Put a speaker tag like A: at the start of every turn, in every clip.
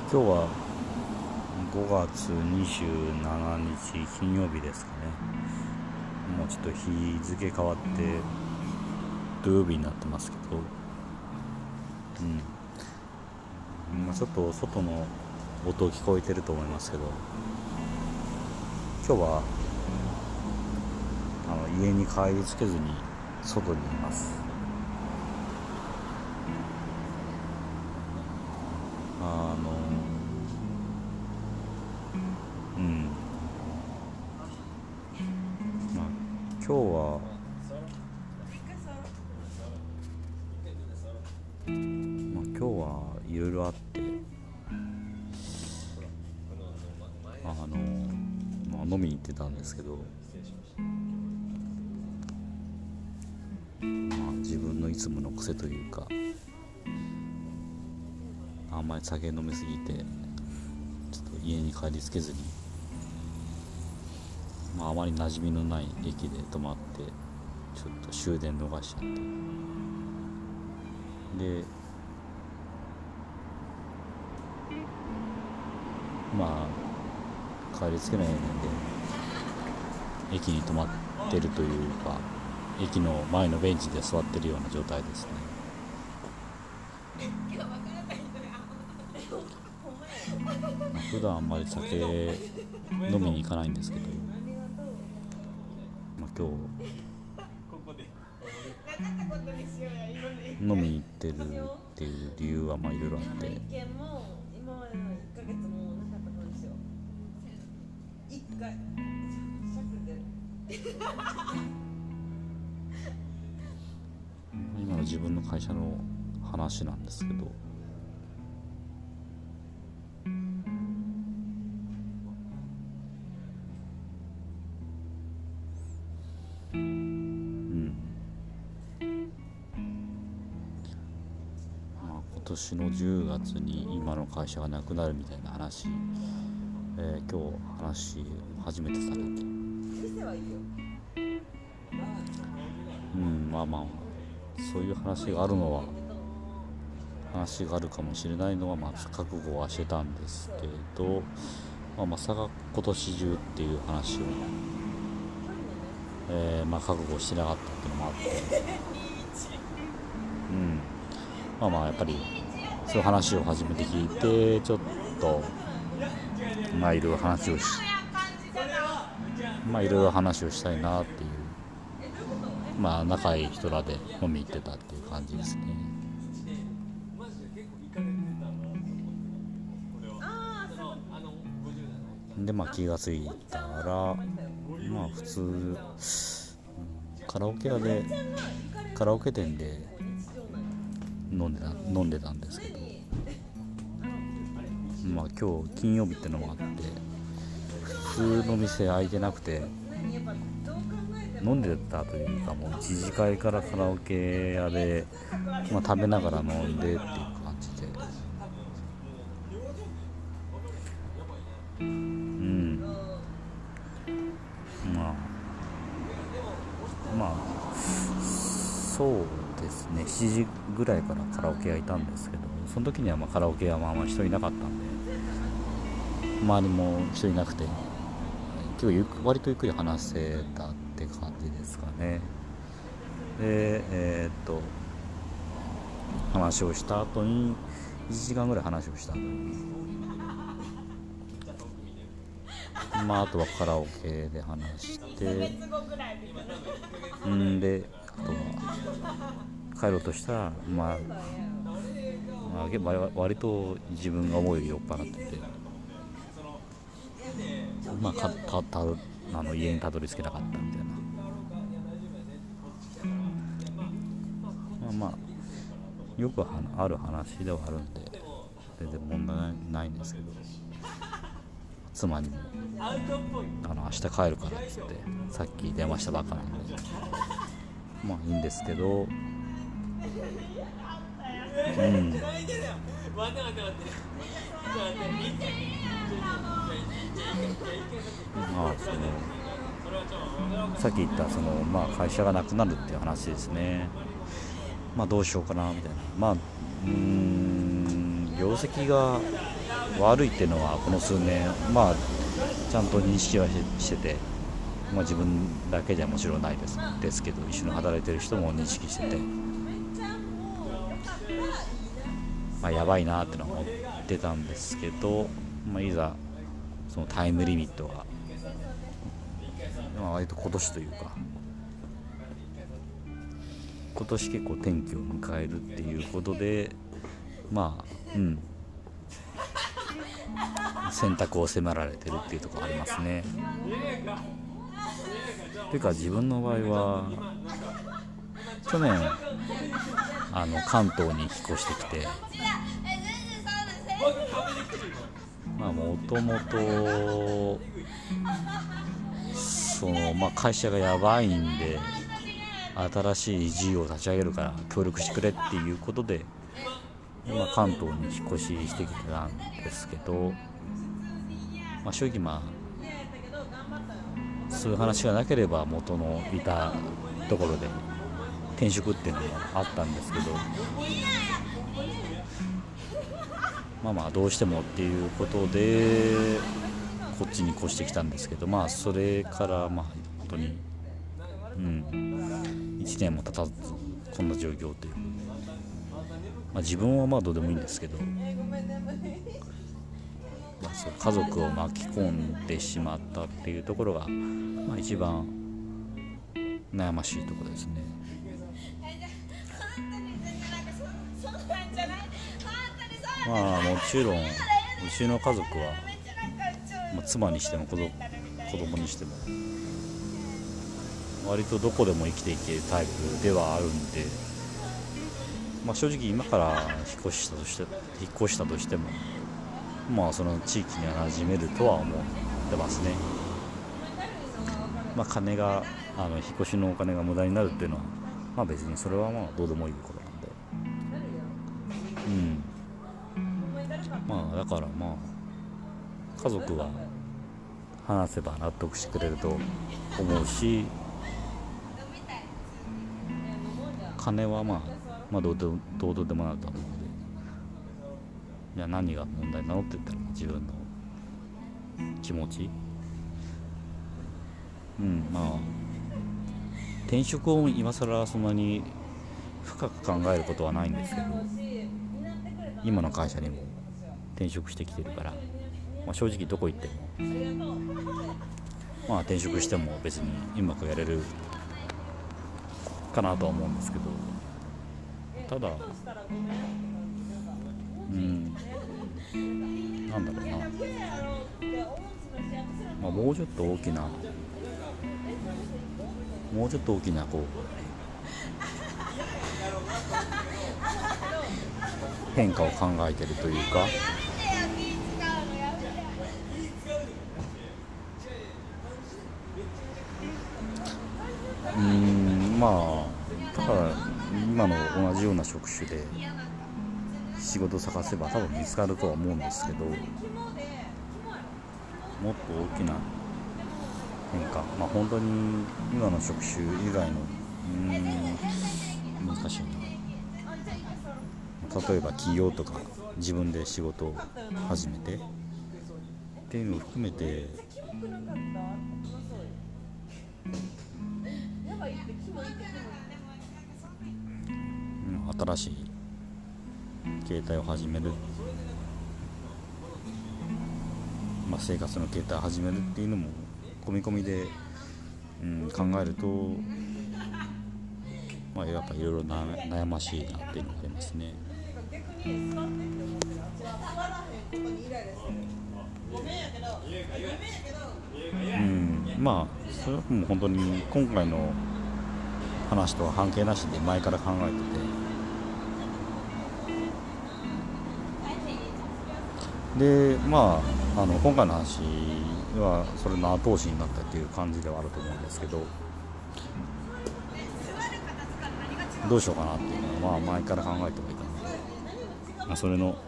A: 今日は5月27日金曜日ですかね。もうちょっと日付変わって土曜日になってますけど、ちょっと外の音聞こえてると思いますけど、今日は家に帰りつけずに外にいます。今日はいろいろあって、飲みに行ってたんですけど、自分のいつもの癖というか、あんまり酒飲みすぎてちょっと家に帰りつけずに、あまり馴染みのない駅で泊まってちょっと終電逃しちゃって、で帰りつけないので駅に泊まってるというか、駅の前のベンチで座ってるような状態ですね。普段あんまり酒飲みに行かないんですけど、今日飲みに行ってるっていう理由はいろいろあって、今の自分の会社の話なんですけど、今年の10月に今の会社がなくなるみたいな話、今日話し初めてされて、そういう話があるかもしれないのは覚悟はしてたんですけど、まさか今年中っていう話を、覚悟してなかったっていうのもあって、やっぱりそういう話を初めて聞いて、ちょっといろいろ話をしたいなっていう、仲いい人らで飲み行ってたっていう感じですね。で気がついたら普通カラオケ店で飲んでたんですけど、今日金曜日ってのもあって、普通の店開いてなくて、飲んでたというか、もう一次会からカラオケ屋で、食べながら飲んでっていう感じで、そうですね、7時ぐらいからカラオケ屋いたんですけど、その時にはカラオケ屋は人いなかったんで、周りも人いなくて、今日割とゆっくり話せたって感じですかね。で話をした後に1時間ぐらい話をした後に、あとはカラオケで話して、であとは帰ろうとしたら、割と自分が思うより酔っ払ってて、家にたどり着けなかったみたいな、よくある話ではあるんで全然問題ないんですけど、妻にも明日帰るからっつってさっき電話したばっかなんで、いいんですけど、さっき言った会社がなくなるっていう話ですね。どうしようかなみたいな、業績が悪いっていうのはこの数年ちゃんと認識はしてて、自分だけじゃもちろんないですけど、一緒に働いてる人も認識してて、やばいなってのは思ってたんですけど、いざそのタイムリミットが、割と今年というか、今年結構転機を迎えるっていうことで、選択を迫られてるっていうところありますね。というか自分の場合は去年関東に引っ越してきて、もともと会社がやばいんで新しい事業を立ち上げるから協力してくれっていうことで、関東に引っ越ししてきてたんですけど、正直そういう話がなければ元のいたところで転職っていうのもあったんですけど、どうしてもっていうことでこっちに越してきたんですけど、それから本当に1年も経たずこんな状況という、自分はどうでもいいんですけど、家族を巻き込んでしまったっていうところが、一番悩ましいところですね。もちろんうちの家族は、妻にしても子供にしても割とどこでも生きていけるタイプではあるんで、正直今から引っ越したとしてもその地域には馴染めるとは思ってますね。金が引っ越しのお金が無駄になるっていうのは、別にそれはどうでもいいことなんで、だから家族は話せば納得してくれると思うし、金はどうでもなると思うので、じゃあ何が問題なのって言ったら自分の気持ち、転職を今更そんなに深く考えることはないんですけど、今の会社にも転職してきてるから、正直どこ行っても転職しても別にうまくやれるかなとは思うんですけど、ただなんだろうな、もうちょっと大きな変化を考えてるというか、だから今の同じような職種で仕事探せば多分見つかるとは思うんですけど、もっと大きな変化、本当に今の職種以外の難しいな、例えば起業とか自分で仕事を始めてっていうのを含めて、新しい形態を始める、生活の形態を始めるっていうのも込み込みで、考えると、やっぱいろいろ悩ましいなっていうのがありますね。それはもう本当に今回の話とは関係なしで前から考えてて、で今回の話はそれの後押しになったっていう感じではあると思うんですけど、どうしようかなっていうのは前から考えてはいたので、それの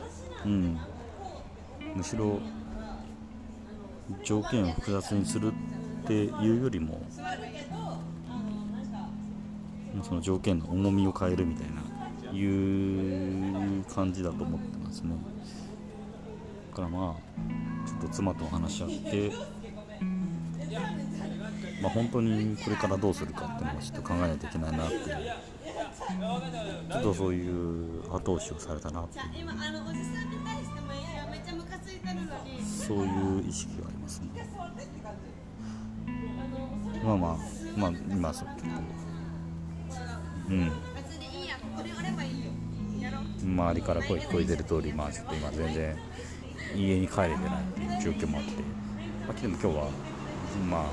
A: むしろ条件を複雑にするっていうよりも、その条件の重みを変えるみたいないう感じだと思ってますね。 からまあちょっと妻と話し合って、まあ、本当にこれからどうするかっていうのをちょっと考えないといけないなっていう、ちょっとそういう後押しをされたなっていう、そういう意識がありますね。まあまあまあ今そう結構周りから声聞こえてる通り、まあちょっと今全然家に帰れてない状況もあって、まあ、でも今日はまあ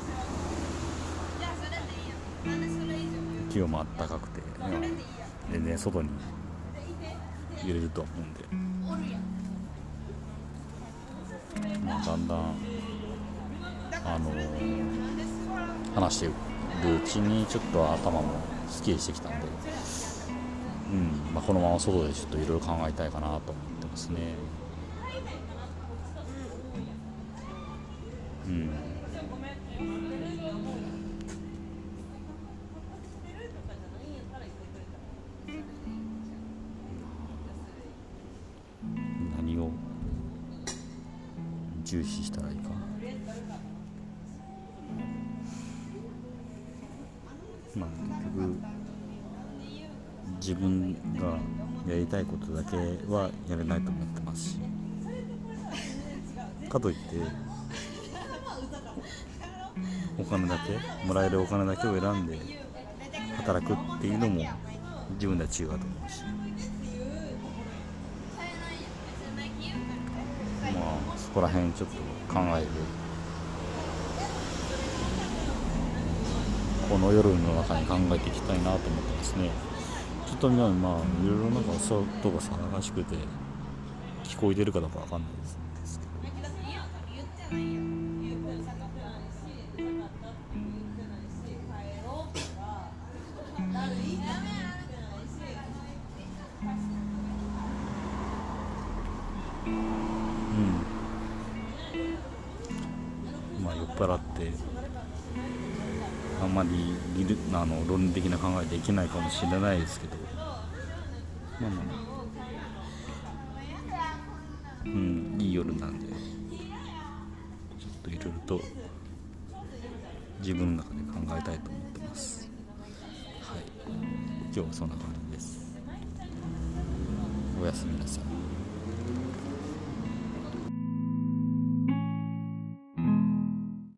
A: 気温もあったかくて、全然外に揺れるとは思うんで、まあ、だんだん話してるうちにちょっと頭もすっきりしてきたんで、まあ、このまま外でちょっといろいろ考えたいかなと思ってますね。何を重視したらいいか、まあ結局自分がやりたいことだけはやれないと思ってますし、かといってお金だけもらえるお金だけを選んで働くっていうのも自分では違うと思うし、まあそこら辺ちょっと考えて、この夜の中に考えていきたいなと思ってますね。ちょっと今まあいろいろなんか音が騒がしくて聞こえてるかどうかわかんないですけど、まあ酔っ払ってあんまり論理的な考えできないかもしれないですけど、まあまあいい夜なんで、ちょっといろいろと自分の中で考えたいと思ってます。はい、今日はそんな感じです。おやすみなさい。